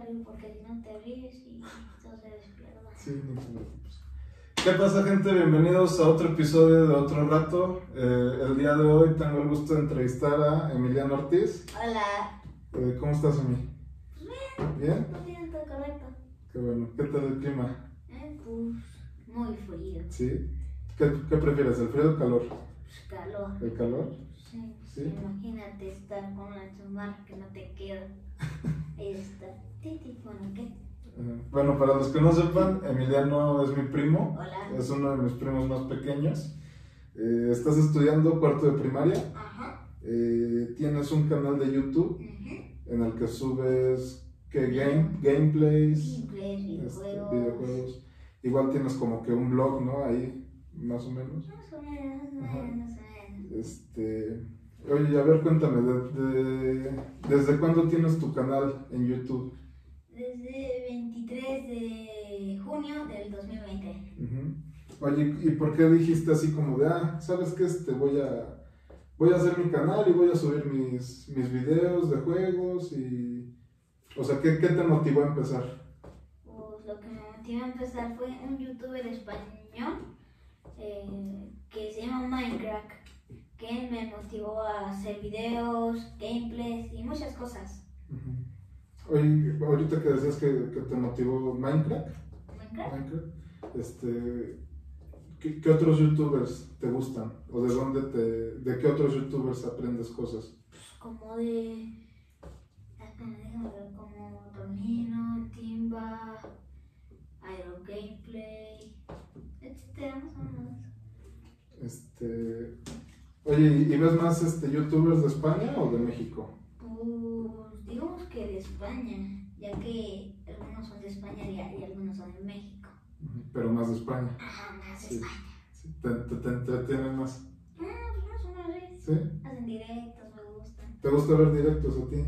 río porque si no te ríes y todo se despierta. Sí, no te preocupes. ¿Qué pasa, gente? Bienvenidos a otro episodio de Otro Rato. El día de hoy tengo el gusto de entrevistar a Emiliano Ortiz. Hola. ¿Cómo estás, Emi? ¿Bien? Todo bien, todo correcto. Qué bueno. ¿Qué tal el clima? Pues muy frío. ¿Sí? ¿Qué prefieres, el frío o el calor? Pues calor. ¿El calor? Sí. Sí. Imagínate estar con la chamarra que no te queda. Ahí está. Bueno, ¿qué? Bueno, para los que no sepan, Emiliano es mi primo. Hola. Es uno de mis primos más pequeños. Estás estudiando cuarto de primaria. Ajá. Tienes un canal de YouTube en el que subes gameplays, videojuegos. Igual tienes como que un blog, ¿no? Ahí, más o menos. Más o menos. Oye, a ver, cuéntame, ¿desde cuándo tienes tu canal en YouTube? Desde 23 de junio del 2020. Oye, ¿y por qué dijiste así como de, ¿sabes qué? Voy a hacer mi canal y voy a subir mis videos de juegos y... O sea, ¿qué te motivó a empezar? Pues lo que me motivó a empezar fue un youtuber español que se llama Minecraft, que me motivó a hacer videos, gameplays y muchas cosas. Oye, ahorita que decías que te motivó Minecraft, ¿qué otros youtubers te gustan? ¿O de qué otros youtubers aprendes cosas? Pues como como Romino, Timba, Aero Gameplay, etcétera, más o menos. Oye, ¿y ves más youtubers de España o de México? Pues digamos que de España, ya que algunos son de España y algunos son de México. Pero más de España. Ajá, más de Sí. España. Sí. ¿Te entretienen más? Pues más o menos, ¿Sí? hacen directos, me gustan. ¿Te gusta ver directos a ti?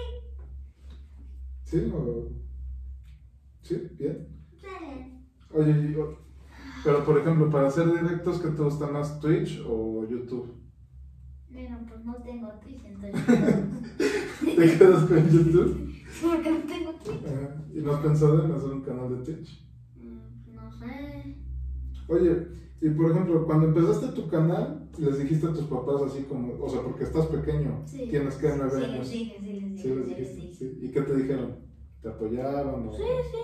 ¿Sí? ¿Sí? ¿Bien? Sí. Oye, pero por ejemplo, para hacer directos, ¿qué te gusta más, Twitch o YouTube? Bueno, pues no tengo Twitch, entonces. ¿Te quedas con YouTube? Porque no tengo Twitch. ¿Y no has pensado en hacer un canal de Twitch? No sé. Oye, y por ejemplo, cuando empezaste tu canal, les dijiste a tus papás así como, o sea, porque estás pequeño, Sí. tienes que 9 años. Sí, Sí, les dijiste. Sí. ¿Y qué te dijeron? ¿Te apoyaron? O... Sí.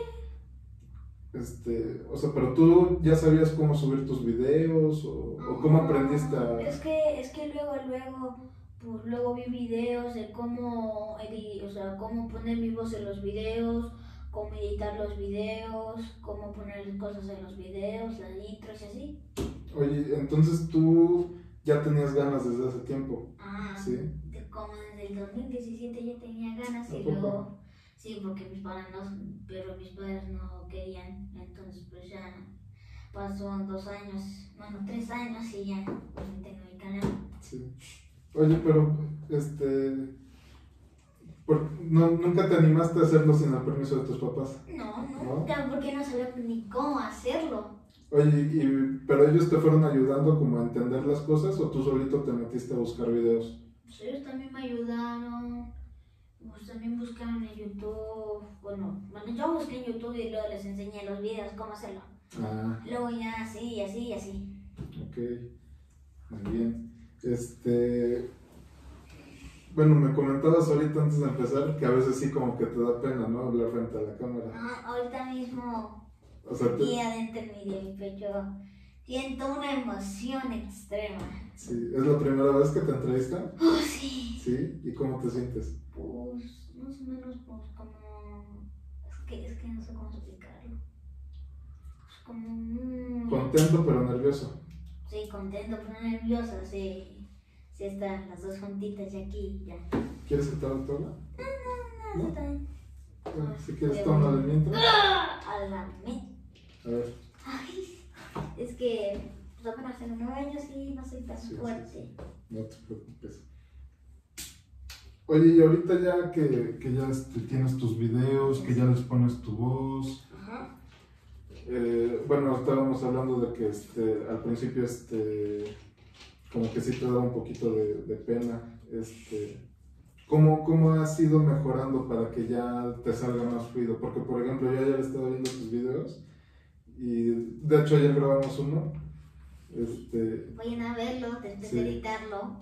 O sea, pero tú ya sabías cómo subir tus videos o cómo aprendiste a... Es que luego vi videos de cómo poner mi voz en los videos, cómo editar los videos, cómo poner cosas en los videos, las intros y así. Oye, entonces tú ya tenías ganas desde hace tiempo. ¿Sí? Como desde el 2017 ya tenía ganas y ¿A poco? luego... Sí, porque mis padres no querían, entonces pues ya pasó 2 años, 3 años y ya pues tengo mi canal. Sí. Oye, pero, ¿nunca te animaste a hacerlo sin el permiso de tus papás? No, nunca, porque no sabía ni cómo hacerlo. Oye, pero ellos te fueron ayudando como a entender las cosas o tú solito te metiste a buscar videos? Pues ellos también me ayudaron. Pues también buscaron en YouTube, bueno, yo busqué en YouTube y luego les enseñé los videos cómo hacerlo. Luego ya así. Ok, muy bien. Bueno, me comentabas ahorita antes de empezar que a veces sí como que te da pena, ¿no? Hablar frente a la cámara. Ahorita mismo, O sea, aquí adentro de mi pecho, siento una emoción extrema. Sí, ¿es la primera vez que te entrevistan? Oh, sí. ¿Sí? ¿Y cómo te sientes? Pues, más o menos, pues, como... Es que no sé cómo explicarlo. Pues, como... Contento pero nervioso. Sí, contento pero nervioso, sí. Sí están las dos juntitas y aquí, ya. ¿Quieres que te haga toda? No, está bien. Bueno, si quieres, tómale mientras. A la mente. A ver. Ay, es que pues apenas tengo 9 años y no soy tan fuerte. Sí. No te preocupes. Oye, y ahorita ya que ya tienes tus videos, que ya les pones tu voz. Ajá. Bueno, estábamos hablando de que al principio como que sí te daba un poquito de pena ¿Cómo has ido mejorando para que ya te salga más fluido? Porque, por ejemplo, yo ayer estaba viendo tus videos y de hecho ayer grabamos uno. Vayan a verlo después sí. de editarlo.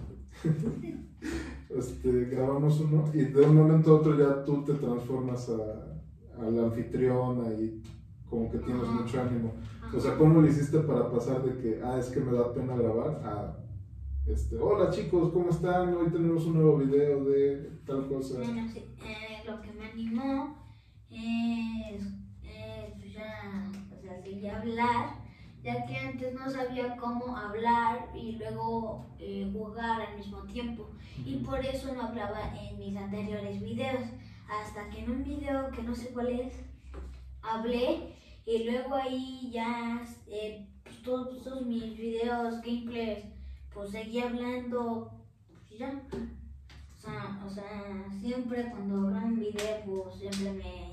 Grabamos uno y de un momento a otro ya tú te transformas a la anfitriona y como que tienes mucho ánimo. O sea, ¿cómo lo hiciste para pasar de que, es que me da pena grabar a, hola chicos, ¿cómo están? Hoy tenemos un nuevo video de tal cosa. Bueno, sí, lo que me animó es pues ya, o sea, seguí a hablar, ya que antes no sabía cómo hablar y luego jugar al mismo tiempo, y por eso no hablaba en mis anteriores videos, hasta que en un video que no sé cuál es, hablé, y luego ahí ya pues todos mis videos, gameplays, pues seguí hablando, pues ya. O sea, siempre cuando grabo un video, pues siempre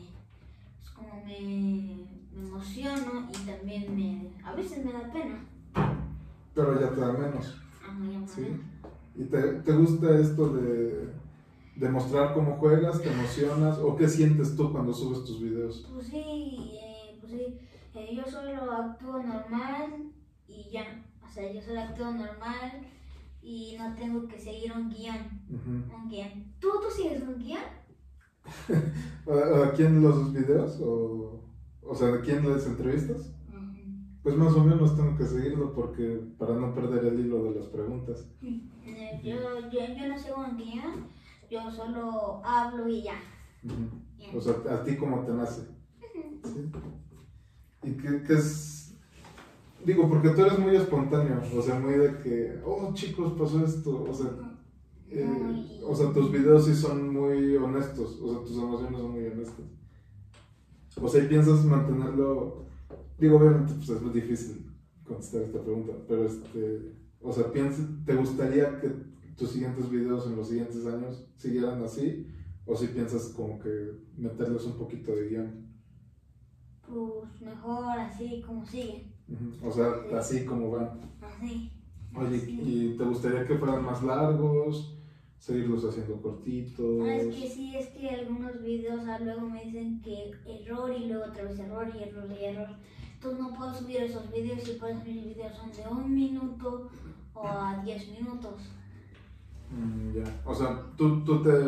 me emociono, y también a veces me da pena. Pero ya te da menos. Ya me da ¿sí? menos. ¿Y te gusta esto de mostrar cómo juegas? ¿Te emocionas? ¿O qué sientes tú cuando subes tus videos? Pues sí, yo solo actúo normal y ya. O sea, yo solo actúo normal y no tengo que seguir un guión. Un guión. ¿Tú sigues un guión? ¿A quién los videos? O sea, ¿de quién les entrevistas? Pues más o menos tengo que seguirlo para no perder el hilo de las preguntas. Yo no sigo un guión, yo solo hablo y ya. O sea, ¿a ti cómo te nace? ¿Sí? ¿Y qué es? Digo, porque tú eres muy espontáneo, o sea, muy de que, chicos, pasó esto, o sea, tus videos sí son muy honestos, o sea, tus emociones son muy honestas. O sea, ¿y piensas mantenerlo? Digo, obviamente, pues es muy difícil contestar esta pregunta, pero o sea, ¿te gustaría que tus siguientes videos en los siguientes años siguieran así? ¿O si piensas como que meterles un poquito de guión? Pues mejor así como sigue. O sea, así como van. Así. Oye, ¿y te gustaría que fueran más largos? ¿Seguirlos haciendo cortitos? Es que algunos videos luego me dicen que error y luego otra vez error y error y error. Entonces no puedo subir esos videos, y por eso mis videos son de 1 minuto o a 10 minutos. Ya, o sea, tú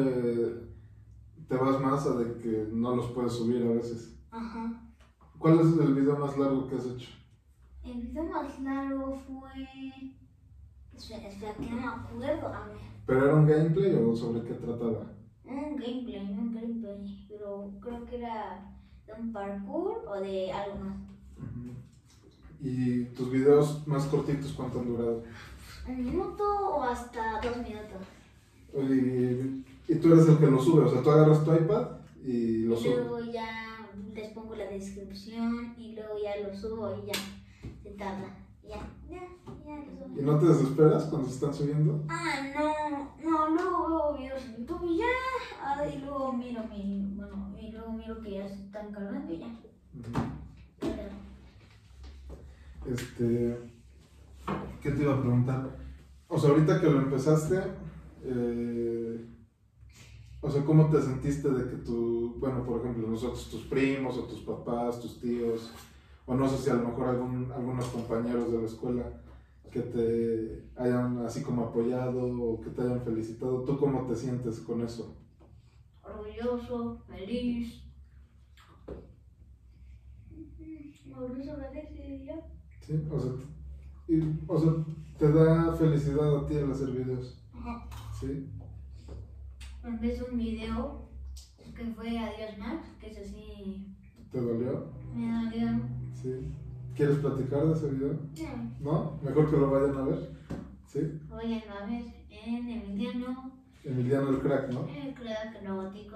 te vas más a de que no los puedes subir a veces. Ajá. ¿Cuál es el video más largo que has hecho? El video más largo fue... Espera, que no me acuerdo. A ver. ¿Pero era un gameplay o sobre qué trataba? Un gameplay, pero creo que era de un parkour o de algo más. ¿Y tus videos más cortitos cuánto han durado? 1 minuto o hasta 2 minutos. Oye, ¿y tú eres el que lo sube? O sea, tú agarras tu iPad y lo subes. Y luego ya les pongo la descripción y luego ya lo subo y ya se tarda. Ya lo subo. ¿Y no te desesperas cuando se están subiendo? No, luego veo videos en YouTube y ya, y luego miro que ya se están cargando y ya. ¿Qué te iba a preguntar? O sea, ahorita que lo empezaste, o sea, ¿cómo te sentiste de que por ejemplo, nosotros, tus primos o tus papás, tus tíos, o no sé si a lo mejor algunos compañeros de la escuela que te hayan así como apoyado o que te hayan felicitado, ¿tú cómo te sientes con eso? Orgulloso, feliz. Orgulloso, feliz y ya. Sí, o sea, te da felicidad a ti el hacer videos. Ajá. Sí. Empecé un video que fue Adiós Max, que es así. ¿Te dolió? Me dolió. Sí. ¿Quieres platicar de ese video? No. ¿No? Mejor que lo vayan a ver. ¿Sí? Vayan a ver en Emiliano el crack, ¿no? El crack robótico,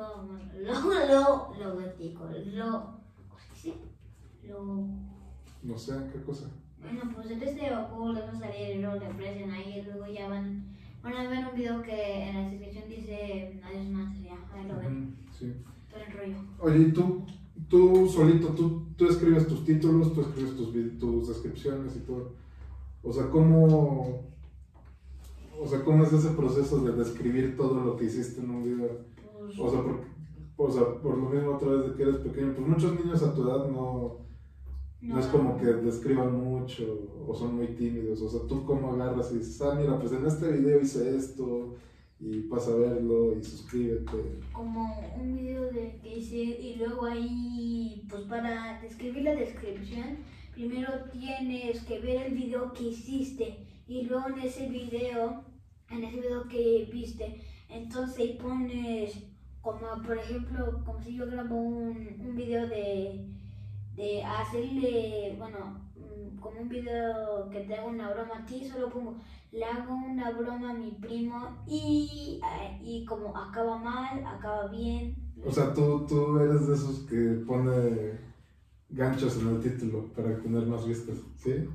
No sé, ¿qué cosa? Bueno, pues el de Goku les va a salir el rol de presión ahí, y luego ya van a ver un video que en la descripción dice Adiós Max, ya, ahí lo ven. Sí. Todo el rollo. Oye, ¿y tú solito, tú escribes tus títulos, tú escribes tus descripciones y todo? O sea, ¿cómo O sea, ¿cómo es ese proceso de describir todo lo que hiciste en un video? Pues, O sea, por lo mismo otra vez de que eres pequeño, pues muchos niños a tu edad no es como que describan mucho o son muy tímidos. O sea, tú cómo agarras y dices, mira, pues en este video hice esto y pasa a verlo y suscríbete. como un video de que hice y luego ahí, pues para describir la descripción, primero tienes que ver el video que hiciste y luego en ese video que viste, entonces ahí pones como por ejemplo, como si yo grabo un video de hacerle, bueno, como un video que te hago una broma a ti, solo pongo, le hago una broma a mi primo y como acaba mal, acaba bien. O sea, tú eres de esos que pone ganchos en el título para tener más vistas, ¿sí?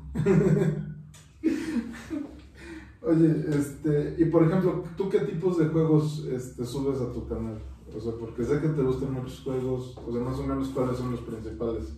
Oye, y por ejemplo, ¿tú qué tipos de juegos subes a tu canal? O sea, porque sé que te gustan muchos juegos, o sea, más o menos cuáles son los principales.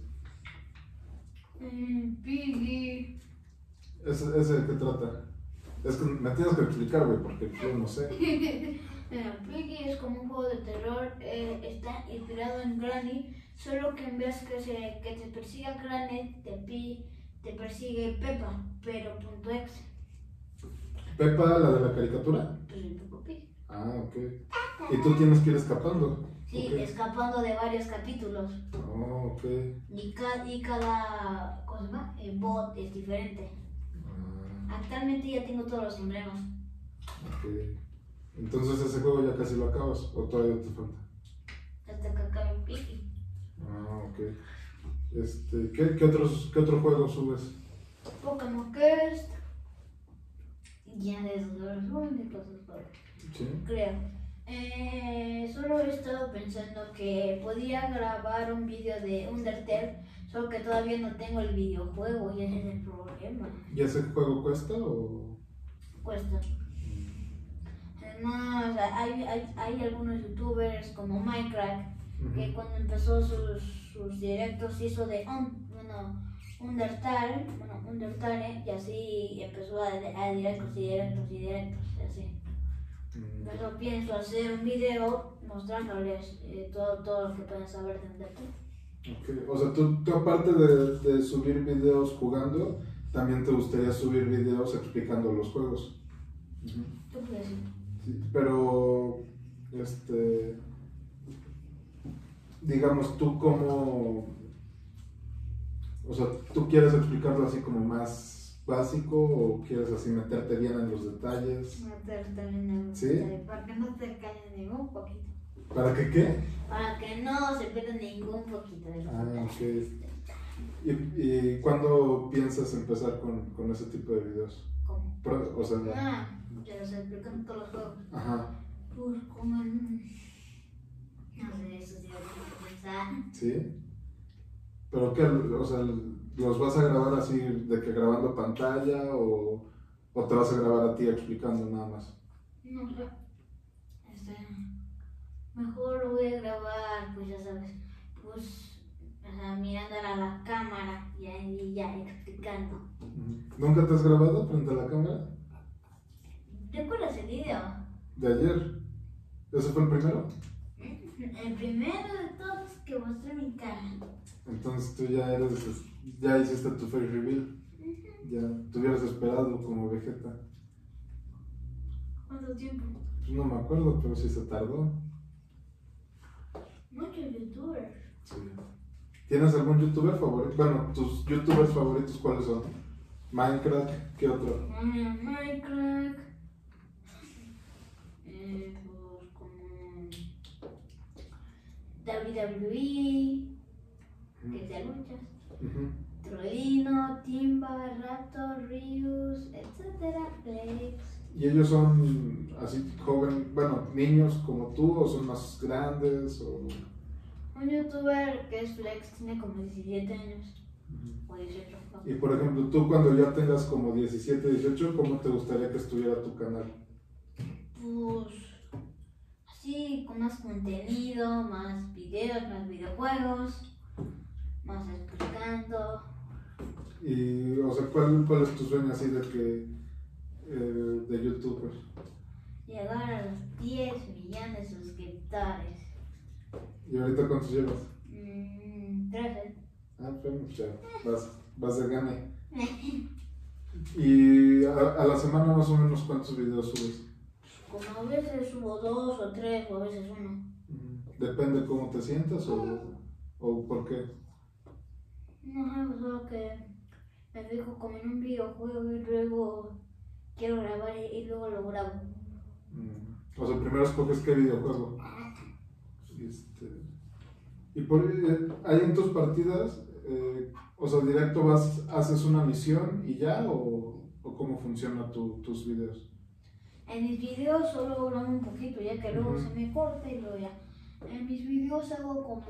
Piggy. ¿Ese de qué trata? Es que me tienes que explicar, güey, porque yo no sé. Piggy es como un juego de terror, está inspirado en Granny, solo que en vez que te persiga Granny, te persigue Peppa, pero .exe. ¿Peppa, la de la caricatura? Pues el Peppa Pig. Ah, ok. ¿Y tú tienes que ir escapando? Sí, Okay. Escapando de varios capítulos. Oh, ok. Y cada ¿cómo se llama? Bot es diferente. Actualmente ya tengo todos los emblemas. Ok. Entonces ese juego ya casi lo acabas, ¿o todavía te falta? Hasta que acabe Piggy. Ah, ok. ¿Qué otro juego subes? Pokémon Quest. Ya de esos los únicos juegos. Sí. Creo. Solo he estado pensando que podía grabar un video de Undertale, solo que todavía no tengo el videojuego y ese es el problema. ¿Y ese juego cuesta o...? Cuesta. Además, hay algunos youtubers como Minecraft que cuando empezó sus directos hizo de Undertale, y así empezó a directos y así. Pero pienso hacer un video mostrándoles todo lo que pueden saber de Undertale. Okay. O sea, tú aparte de subir videos jugando, también te gustaría subir videos explicando los juegos. ¿Qué puedes decir? Sí, pero, digamos, tú como, o sea, ¿tú quieres explicarlo así como más básico o quieres así meterte bien en los detalles? Meterte bien en los detalles, para que no te caiga ningún poquito. ¿Para que qué? Para que no se pierda ningún poquito de los detalles. Ok. ¿Y cuándo piensas empezar con ese tipo de videos? ¿Cómo? O sea, ya los explican todos los juegos. Ajá. Pues como en... no sé, eso sí, que pensar. ¿Sí? ¿Pero qué? O sea, ¿los vas a grabar así de que grabando pantalla o te vas a grabar a ti explicando nada más? No sé. Mejor lo voy a grabar, pues ya sabes, pues, o sea, mirando a la cámara y ya explicando. ¿Nunca te has grabado frente a la cámara? ¿Recuerdas el video? ¿De ayer? ¿Ese fue el primero? El primero de todos que mostré mi cara. Entonces tú ya hiciste tu face reveal. Ya te hubieras esperado como Vegeta. ¿Cuánto tiempo? Pues no me acuerdo, pero sí se tardó. Muchos youtubers. Sí. ¿Tienes algún youtuber favorito? Bueno, tus youtubers favoritos, ¿cuáles son? Minecraft, ¿qué otro? Minecraft. Pues como WWE, que es de luchas. Trollino, Timba, Raptor, Rius, etcétera, Flex. ¿Y ellos son así jóvenes, bueno, niños como tú o son más grandes? Un youtuber que es Flex tiene como 17 años o 18. Y por ejemplo, tú cuando ya tengas como 17, 18, ¿cómo te gustaría que estuviera tu canal? Pues así, con más contenido, más videos, más videojuegos, más explicando. Y, o sea, ¿cuál es tu sueño así de que de youtuber? Llegar a los 10 millones de suscriptores. ¿Y ahorita cuántos llevas? 13. Ah, bueno, ya vas de gane. ¿Y a la semana más o menos cuántos videos subes? Como a veces subo 2 o 3 o a veces 1. ¿Depende cómo te sientas o por qué? No, solo que me fijo como en un videojuego y luego quiero grabar y luego lo grabo. O sea, primero escoges qué videojuego. Y ahí en tus partidas, o sea, directo haces una misión y ya, o cómo funcionan tus videos. En mis videos solo grabo un poquito, ya que luego se me corta y luego ya. En mis videos hago como,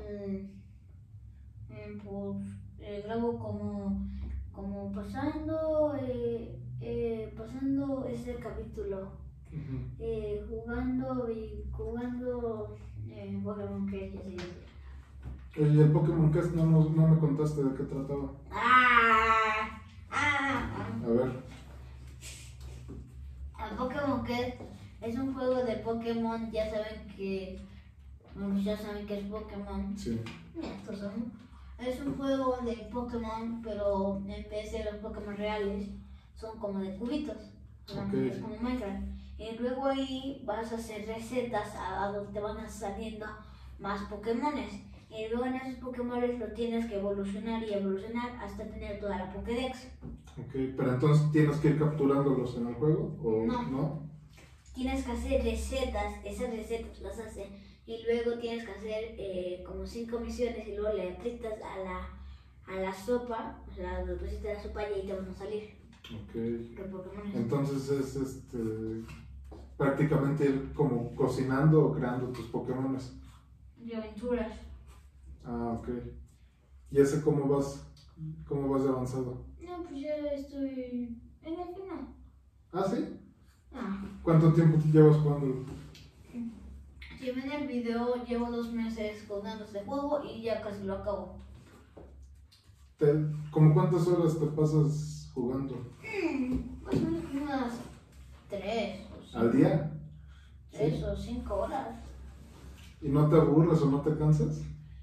grabo como pasando ese capítulo, jugando Pokémon que ya sé. Oye, el Pokémon Cast no me contaste de qué trataba. A ver. El Pokémon Cast es un juego de Pokémon, ya saben que es Pokémon. Sí. Es un juego de Pokémon, pero en vez de los Pokémon reales, son como de cubitos. Okay. Es como Minecraft. Y luego ahí vas a hacer recetas a donde te van saliendo más Pokémones. Y luego en esos Pokémones lo tienes que evolucionar y evolucionar hasta tener toda la Pokédex. Ok, pero entonces tienes que ir capturándolos en el juego, ¿o no? Tienes que hacer recetas, esas recetas las haces. Y luego tienes que hacer como 5 misiones y luego le aprietas a la sopa, o sea, le pusiste la sopa y ahí te van a salir. Ok. Entonces es prácticamente ir como cocinando o creando tus Pokémones. De aventuras. Ah, ok. ¿Y ese cómo vas de avanzado? No, pues ya estoy en el final. ¿Ah, sí? ¿Cuánto tiempo te llevas jugando? Si ven el video, llevo 2 meses jugando este juego y ya casi lo acabo. ¿Cómo cuántas horas te pasas jugando? Pues unas 3 o 5. ¿Al día? 3 o 5 horas. ¿Y no te aburres o no te cansas?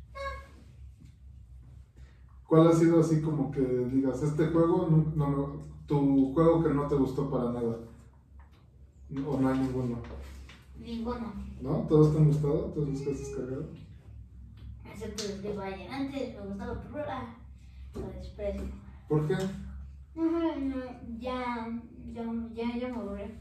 ¿Cuál ha sido así como que digas, este juego, tu juego que no te gustó para nada? ¿O no hay ninguno? Ninguno. ¿No? ¿Todos te han gustado? ¿Todos los que has descargado? Excepto el Free Fire. Antes me gustaba, pero ahora lo desprecio. ¿Por qué? Ya me aburrí.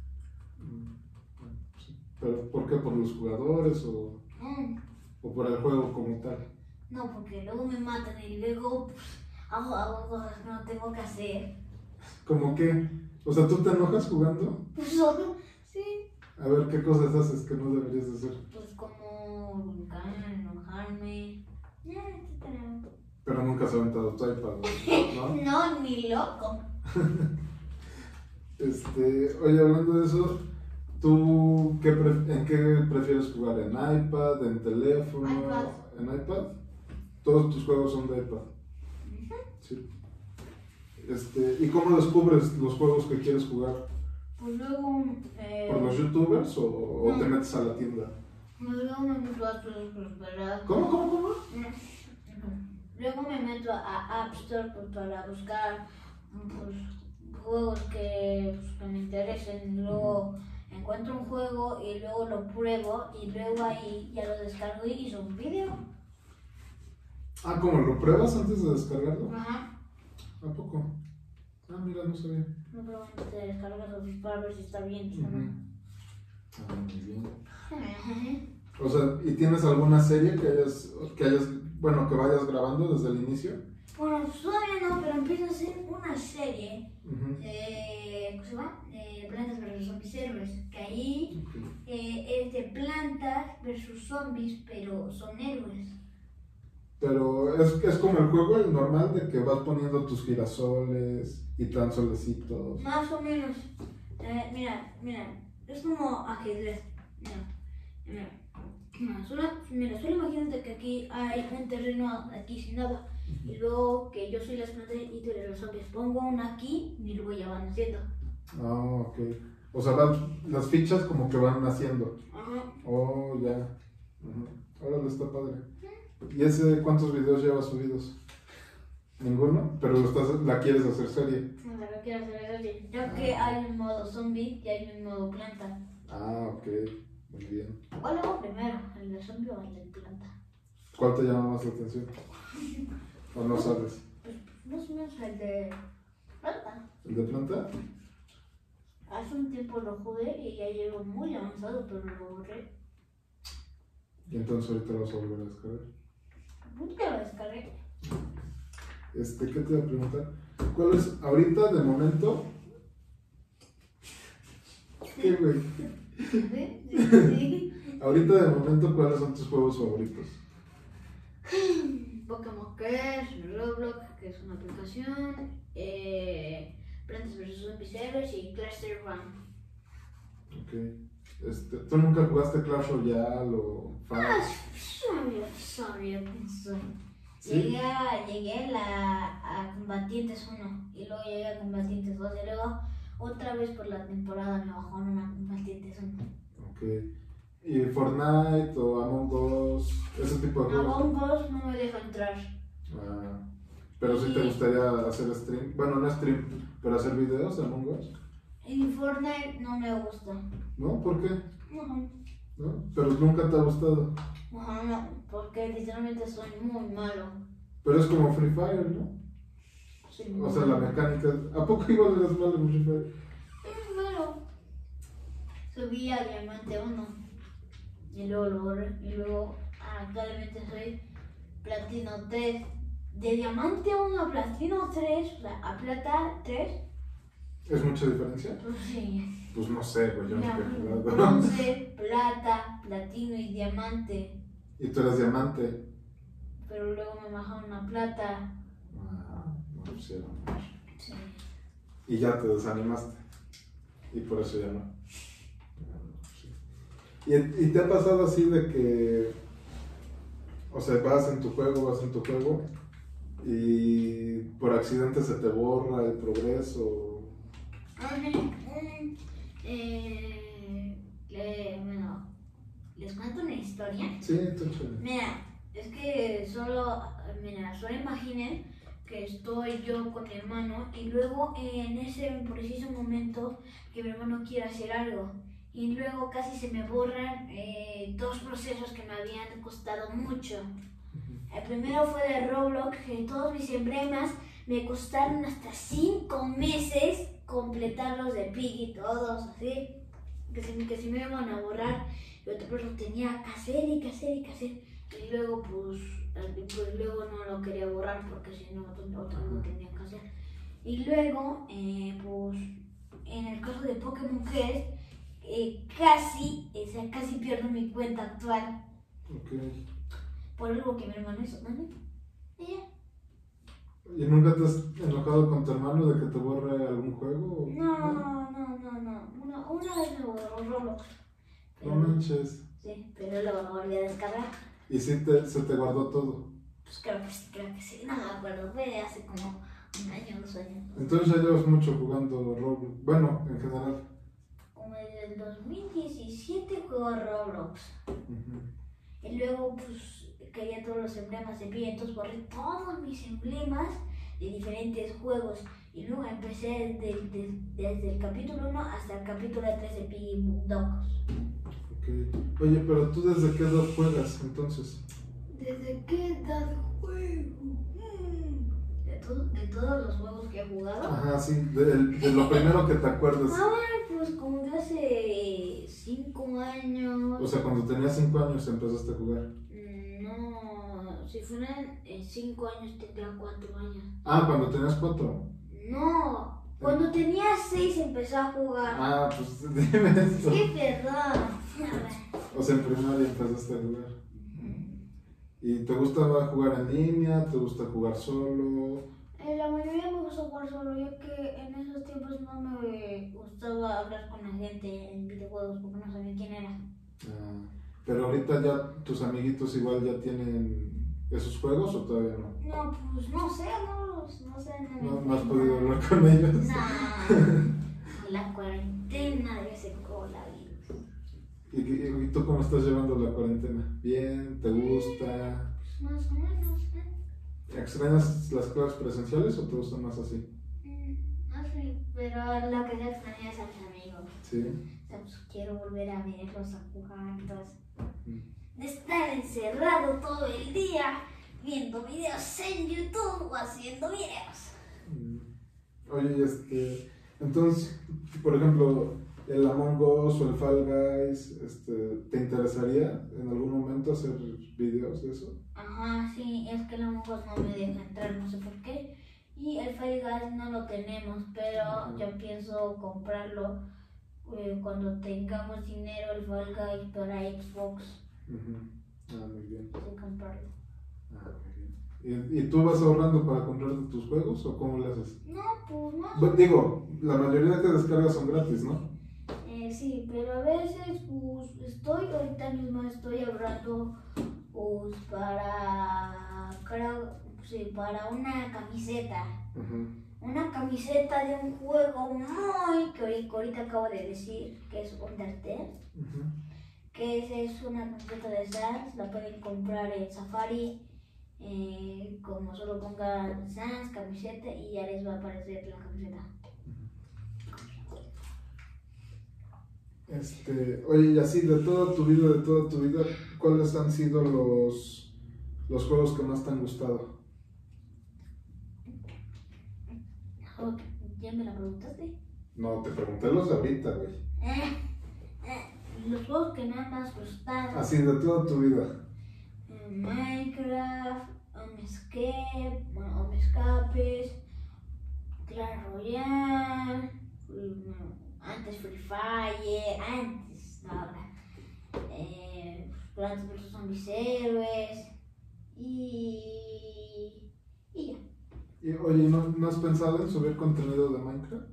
¿Pero por qué? ¿Por los jugadores o por el juego como tal? No, porque luego me matan y luego hago cosas que no tengo que hacer. ¿Cómo qué? O sea, ¿tú te enojas jugando? Pues solo, sí. A ver, ¿qué cosas haces que no deberías hacer? Pues como brincar, enojarme, etcétera. Pero nunca has aventado tu iPad, ¿no? No, ni loco. Oye, hablando de eso, ¿tú en qué prefieres jugar? ¿En iPad? ¿En teléfono? iPad. ¿En iPad? Todos tus juegos son de iPad. Sí. ¿Y cómo descubres los juegos que quieres jugar? Pues luego... ¿Por los youtubers o te metes a la tienda? Luego me meto a Prosperar. ¿Cómo? Luego me meto a App Store para buscar juegos que me interesen. Y luego encuentro un juego y luego lo pruebo y luego ahí ya lo descargo y hice un video. Ah, ¿cómo lo pruebas antes de descargarlo? Ajá. ¿A poco? Ah, mira, no sabía. No, pero antes de descargarlo para ver si está bien. Ah, muy bien. O sea, ¿y tienes alguna serie que que vayas grabando desde el inicio? Bueno, todavía no, pero empiezo a hacer una serie ¿cómo se llama? Plantas vs Zombies Héroes, que ahí es de plantas versus zombies, pero son héroes. Pero es como el juego el normal de que vas poniendo tus girasoles y tan solecitos. Más o menos. Mira, es como ajedrez. Solo imagínate que aquí hay un terreno aquí sin nada. Y luego que yo soy las plantas y tú eres los zombies. Pongo una aquí y luego ya van haciendo. Ah, ok. O sea, las fichas como que van naciendo. Ajá. Oh, ya. Ahora está padre. ¿Y ese cuántos videos lleva subidos? ¿Ninguno? Pero la quieres hacer serie. No, la quiero hacer serie. Ya que hay un modo zombie y hay un modo planta. Ah, ok. Muy bien. ¿Cuál hago primero? ¿El de zombie o el de planta? ¿Cuál te llama más la atención? ¿O no sabes? Pues más o menos el de planta. ¿El de planta? Hace un tiempo lo jugué y ya llevo muy avanzado, pero lo borré. Y entonces ahorita lo vas a volver a descargar. Nunca lo descargué. ¿Qué te iba a preguntar? ¿Cuál es ahorita de momento? ¿Qué, güey? Sí. Ahorita de momento, ¿cuáles son tus juegos favoritos? Pokémon Cash, Roblox, que es una aplicación, Plantas vs Zombies Heroes y Cluster Run. Ok. ¿Tú nunca jugaste Clash Royale o Sabía que soy. ¿Sí? Llegué a Combatientes 1 y luego llegué a Combatientes 2 y luego otra vez por la temporada me bajaron a Combatientes 1. Ok. ¿Y Fortnite o Among Us? Ese tipo de juegos. Among Us no me deja entrar. Ah, pero sí te gustaría hacer stream. Bueno, no stream, pero hacer videos de Among Us. Y Fortnite no me gusta. ¿No? ¿Por qué? No, ¿No? Pero nunca te ha gustado. no, porque literalmente soy muy malo. Pero es como Free Fire, ¿no? Soy muy O sea, la malo. mecánica. ¿A poco igual eres malo en Free Fire? Es malo. Subí a Diamante 1 y luego lo borré. Y luego actualmente soy Platino 3. De Diamante 1 a Platino 3, o sea, a Plata 3. ¿Es mucha diferencia? Pues sí. Pues no sé, güey, yo nunca he jugado. Bronce, plata, platino y diamante. Y tú eres diamante. Pero luego me bajaron a plata. Ah, no pusieron. Sí. Y ya te desanimaste. Y por eso ya no. Sí. ¿Y te ha pasado así de que, o sea, vas en tu juego y por accidente se te borra el progreso? Bueno, les cuento una historia. Sí, está chévere. Mira, es que solo imaginen que estoy yo con mi hermano y luego en ese preciso momento que mi hermano quiere hacer algo y luego casi se me borran dos procesos que me habían costado mucho. El primero fue de Roblox, que todos mis emblemas me costaron hasta 5 meses completarlos de Piggy, todos así, que si me iban a borrar, y otro pues lo tenía que hacer y y luego pues luego no lo quería borrar porque si no otro lo tenía que hacer. Y luego pues en el caso de Pokémon Quest casi pierdo mi cuenta actual. Okay. Por algo que mi hermano hizo, ¿vale? Y ya. ¿Y nunca te has enojado con tu hermano de que te borre algún juego? No. Una vez me borró Roblox. No manches. Sí, pero luego lo volví a descargar. ¿Y sí se te guardó todo? Pues creo que sí, no me acuerdo, fue hace como un año, 2 años. Entonces ya llevas mucho jugando Roblox. Bueno, en general. Como desde el 2017 juego Roblox. Y luego pues quería todos los emblemas de Piggy, entonces borré todos mis emblemas de diferentes juegos. Y luego empecé desde el capítulo 1 hasta el capítulo 3 de Piggy Dogs. Ok. Oye, pero ¿tú desde qué edad juegas entonces? ¿Desde qué edad juego? De todos los juegos que he jugado. Ajá, sí, de lo primero que te acuerdas. Pues como de hace 5 años. O sea, cuando tenías 5 años empezaste a jugar. No, si fueran 5 años tendría 4 años. Ah, cuando tenías 4. No, cuando tenía 6 empecé a jugar. Ah, pues dime eso. Sí, perdón. O sea, en primaria empezaste a jugar. ¿Y te gustaba jugar en línea? ¿Te gusta jugar solo? La mayoría me gusta jugar solo, ya que en esos tiempos no me gustaba hablar con la gente en videojuegos porque no sabía quién era. Ah, pero ahorita ya tus amiguitos igual ya tienen esos juegos o todavía no? No, pues no sé. No has podido hablar con ellos. No, la cuarentena de ¿Y tú cómo estás llevando la cuarentena? ¿Bien? ¿Te gusta? Más o menos, ¿Extrañas las clases presenciales o te gustan más así? Así, pero lo que se extraña es a mis amigos. Sí. O sea, pues, quiero volver a verlos, a jugar y todo eso. De estar encerrado todo el día viendo videos en YouTube o haciendo videos. Oye, entonces, por ejemplo, el Among Us o el Fall Guys, ¿te interesaría en algún momento hacer videos de eso? Ajá, sí, es que el Among Us no me deja entrar, no sé por qué. Y el Fall Guys no lo tenemos, pero yo pienso comprarlo cuando tengamos dinero, el Fall Guys para Xbox. Ah, muy bien. Sí, comprarlo. Ah, muy bien. ¿Y tú vas ahorrando para comprarte tus juegos o cómo le haces? No, pues más. Digo, la mayoría que descargas son gratis, ¿no? Sí, pero a veces pues ahorita mismo estoy ahorrando pues para una camiseta. Una camiseta de un juego que ahorita acabo de decir, que es Undertale. Que es una camiseta de Sans, la pueden comprar en Safari. Como solo pongan Sans, camiseta y ya les va a aparecer la camiseta. Oye, y así de toda tu vida, ¿cuáles han sido los juegos que más te han gustado? ¿Ya me la preguntaste? No, te pregunté los de ahorita, güey. Los juegos que me han más gustado. Así de toda tu vida. Minecraft, Home Escapes, Clash Royale, antes Free Fire, ahora. Plants vs Zombies Héroes y ya. Oye, ¿no has pensado en subir contenido de Minecraft?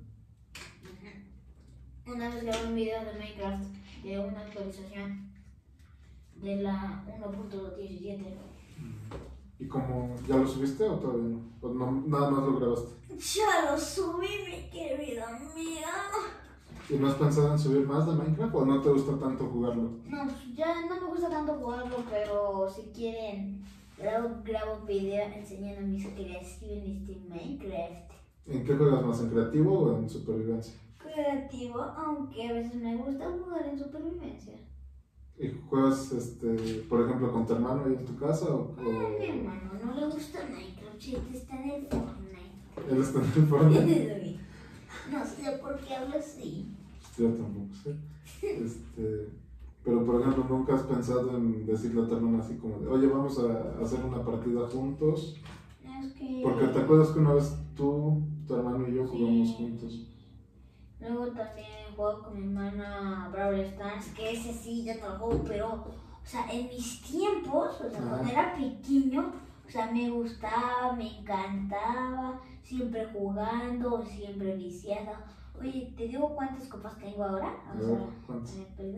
Una vez grabé un video de Minecraft de una actualización de la 1.17. ¿Y cómo? ¿Ya lo subiste o todavía no? ¿O no, nada más lo grabaste? Ya lo subí, mi querido amigo. ¿Y no has pensado en subir más de Minecraft o no te gusta tanto jugarlo? No, pues ya no me gusta tanto jugarlo, pero si quieren, grabo un video enseñando mis creaciones de Minecraft. ¿En qué juegas más? ¿En creativo o en supervivencia? Creativo, aunque a veces me gusta jugar en supervivencia. ¿Y juegas, por ejemplo, con tu hermano ahí en tu casa o...? A mi hermano no le gusta Minecraft, está en el Fortnite. ¿Él está en el Fortnite? No sé por qué hablo así. Yo tampoco sé. Pero, por ejemplo, ¿nunca has pensado en decirle a tu hermano así como de, oye, vamos a hacer una partida juntos? Es que... Porque te acuerdas que una vez tú, tu hermano y yo jugamos juntos. Luego también juego con mi hermana Brawl Stars, que ese sí ya no lo juego, pero, o sea, en mis tiempos, o sea, cuando era pequeño, o sea, me gustaba, me encantaba, siempre jugando, siempre viciada. Oye, ¿te digo cuántas copas tengo ahora? O sea, ¿cuántas?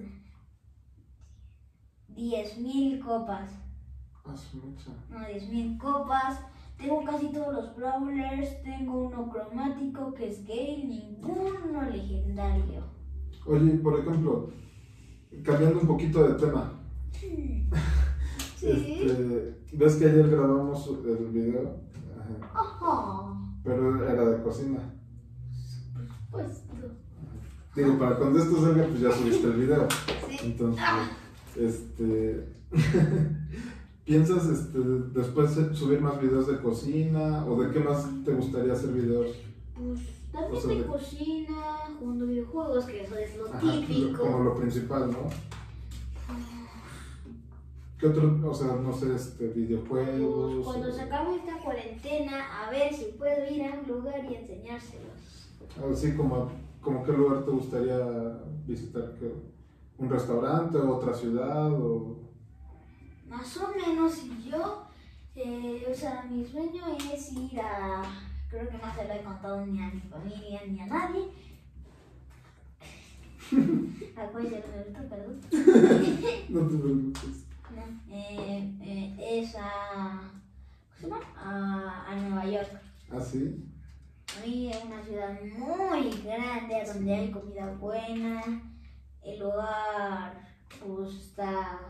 10,000 copas. Ah, es mucha. No, 10,000 copas. Tengo casi todos los brawlers, tengo uno cromático que es gay, ninguno legendario. Oye, por ejemplo, cambiando un poquito de tema. Sí. ¿Ves que ayer grabamos el video? Ajá. Pero era de cocina. Pues tú. Digo, para cuando esto salga, pues ya subiste el video. Sí. Entonces, ¿piensas después subir más videos de cocina o de qué más te gustaría hacer videos? Pues también de cocina, jugando videojuegos, que eso es lo típico. Como lo principal, ¿no? ¿Qué otro, o sea, no sé, videojuegos? Pues cuando se acabe esta cuarentena, a ver si puedo ir a un lugar y enseñárselos. Así como qué lugar te gustaría visitar, ¿un restaurante o otra ciudad o...? Más o menos, y yo, o sea, mi sueño es ir a, creo que no se lo he contado ni a mi familia ni a nadie. Perdón. No te preocupes. Es a Nueva York. ¿Ah, sí? A mí es una ciudad muy grande donde hay comida buena, el lugar pues está...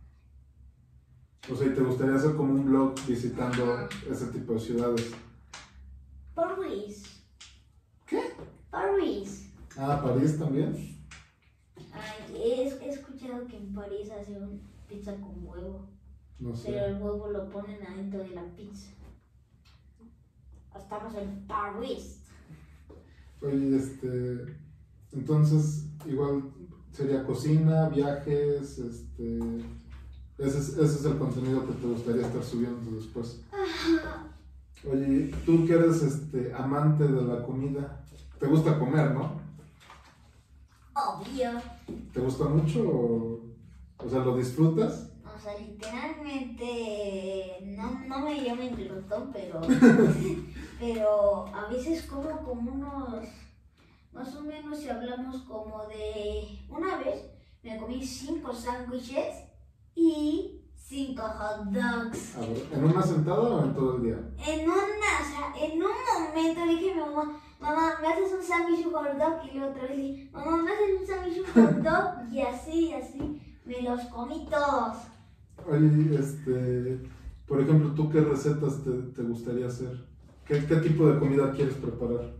O sea, ¿y te gustaría hacer como un blog visitando ese tipo de ciudades? París. ¿Qué? París. Ah, ¿París también? Ay, he escuchado que en París hacen pizza con huevo. No sé. Pero el huevo lo ponen adentro de la pizza. Estamos en París. Oye, entonces, igual sería cocina, viajes, ese es el contenido que te gustaría estar subiendo después. Oye, tú que eres amante de la comida, ¿te gusta comer, no? Obvio. ¿Te gusta mucho o sea, lo disfrutas? O sea, literalmente no me llamen glotón, pero a veces como unos, más o menos si hablamos como de, una vez me comí 5 sándwiches y 5 hot dogs. A ver, ¿en una sentada o en todo el día? En un momento le dije a mi mamá, mamá, ¿me haces un sándwich y un hot dog? Y luego otra vez dije, mamá, ¿me haces un sándwich y un hot dog? Y así, me los comí todos. Oye, por ejemplo, ¿tú qué recetas te gustaría hacer? ¿Qué tipo de comida quieres preparar?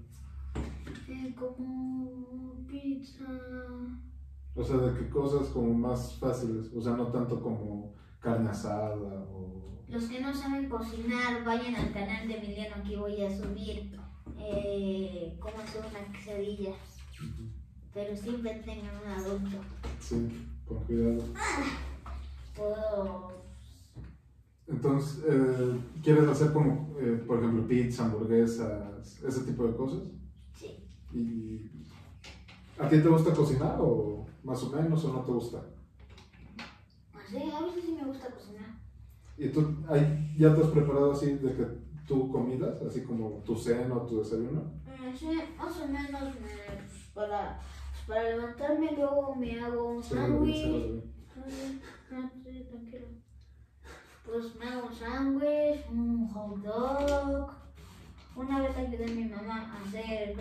Como pizza. O sea, ¿de qué cosas como más fáciles? O sea, no tanto como carne asada o... Los que no saben cocinar, vayan al canal de Emiliano, aquí voy a subir cómo hacer una quesadilla. Pero siempre tengan un adulto. Sí, con cuidado. Puedo... Entonces, ¿quieres hacer como, por ejemplo, pizza, hamburguesas, ese tipo de cosas? Sí. ¿Y a ti te gusta cocinar o más o menos o no te gusta? Sí, a veces sí me gusta cocinar. ¿Y tú ya te has preparado así de que tú comidas, así como tu cena o tu desayuno? Sí, más o menos para levantarme luego me hago un sándwich. Sí, tranquilo. Pues me hago un sándwich, un hot dog. Una vez ayudé a mi mamá a hacer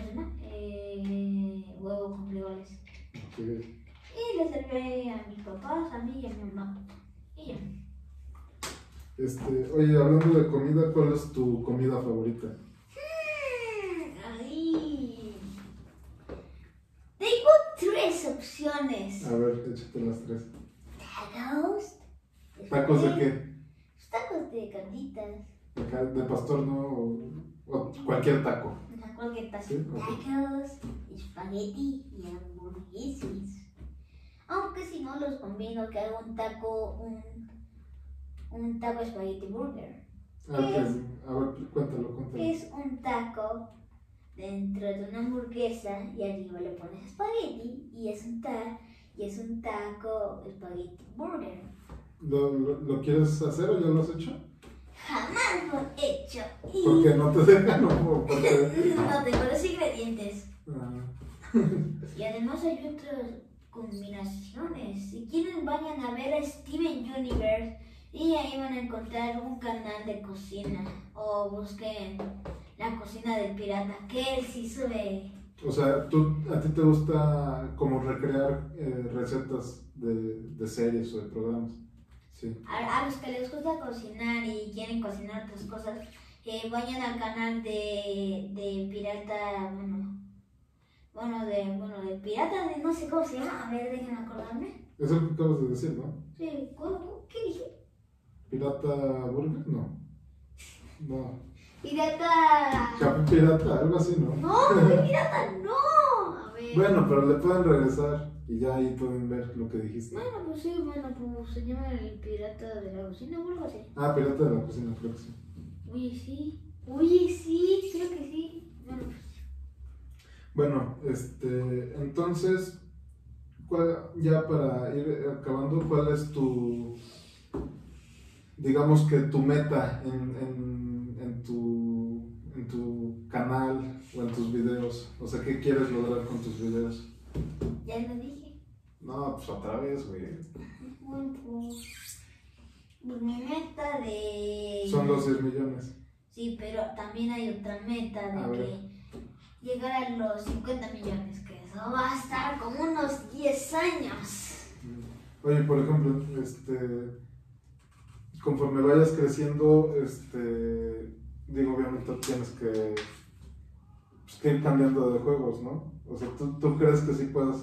huevo con frijoles. Sí. Y le serví a mis papás, a mí y a mi mamá. Y ya. Oye, hablando de comida, ¿cuál es tu comida favorita? Ahí. Tengo 3 opciones. A ver, échate las 3. Tacos. ¿Tacos de qué? Tacos de carnitas. ¿De pastor, no? ¿O cualquier taco? Cualquier taco. ¿Sí? Tacos, espagueti y hamburguesas. Aunque si no los combino, que hago un taco espagueti burger. A ver, cuéntalo. Es un taco dentro de una hamburguesa y arriba le pones espagueti y es un taco espagueti burger. ¿Lo quieres hacer o ya lo has hecho? Jamás lo he hecho. ¿Por qué no te dejan o porque... No tengo los ingredientes. Ah. Y además hay otras combinaciones. Si quieren, vayan a ver a Steven Universe y ahí van a encontrar un canal de cocina. O busquen la cocina del pirata, que él sí sube. O sea, ¿a ti te gusta como recrear recetas de series o de programas? Sí. A los que les gusta cocinar y quieren cocinar otras cosas, vayan al canal de pirata, de pirata, de no sé cómo se llama, a ver, déjenme acordarme. Es lo que acabas de decir, ¿no? Sí, ¿qué dije? ¿Pirata Burger? No. Pirata... Café Pirata, algo así, ¿no? No, pirata, no. A ver. Bueno, pero le pueden regresar y ya ahí pueden ver lo que dijiste. Bueno, pues sí, pues se llama el pirata de la cocina o algo así. Ah, Pirata de la cocina, creo que sí. Oye, sí, creo que sí. Bueno, entonces, ya para ir acabando, ¿cuál es digamos que tu meta en tu canal o en tus videos? O sea, ¿qué quieres lograr con tus videos? Ya lo dije. No, pues otra vez, güey. Bueno, pues mi meta de... Son los 10 millones. Sí, pero también hay otra meta de que llegar a los 50 millones, que eso va a estar como unos 10 años. Oye, por ejemplo, conforme vayas creciendo, digo, obviamente tienes que, pues, que ir cambiando de juegos, ¿no? O sea, ¿tú crees que sí puedas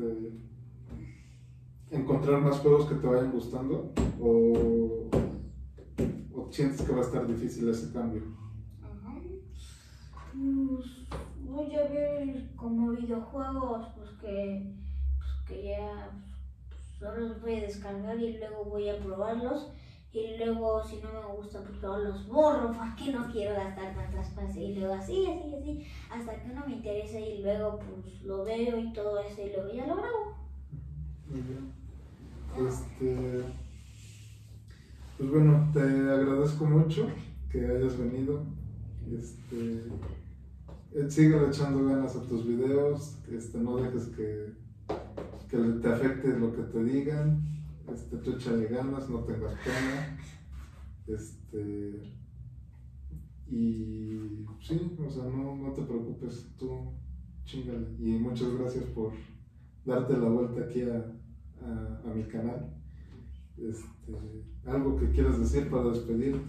encontrar más juegos que te vayan gustando? ¿O sientes que va a estar difícil ese cambio? Pues voy a ver como videojuegos, pues que ya solo los voy a descargar y luego voy a probarlos. Y luego, si no me gusta, pues luego los borro porque no quiero gastar tantas cosas. Y luego así, hasta que no me interesa y luego pues lo veo y todo eso y luego ya lo grabo. Muy bien. Pues bueno, te agradezco mucho que hayas venido. Sigue echando ganas a tus videos, no dejes que te afecte lo que te digan, tú échale ganas, no tengas pena, y sí, o sea, no te preocupes, tú chingale, y muchas gracias por darte la vuelta aquí a mi canal. ¿Algo que quieras decir para despedirte?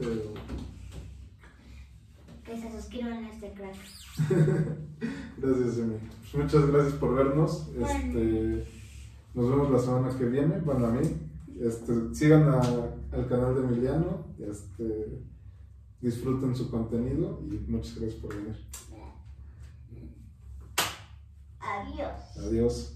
Que se suscriban a este crack. Gracias, Emi. Pues muchas gracias por vernos. Nos vemos la semana que viene. Bueno, a mí. Sigan al canal de Emiliano. Disfruten su contenido y muchas gracias por venir. Adiós. Adiós.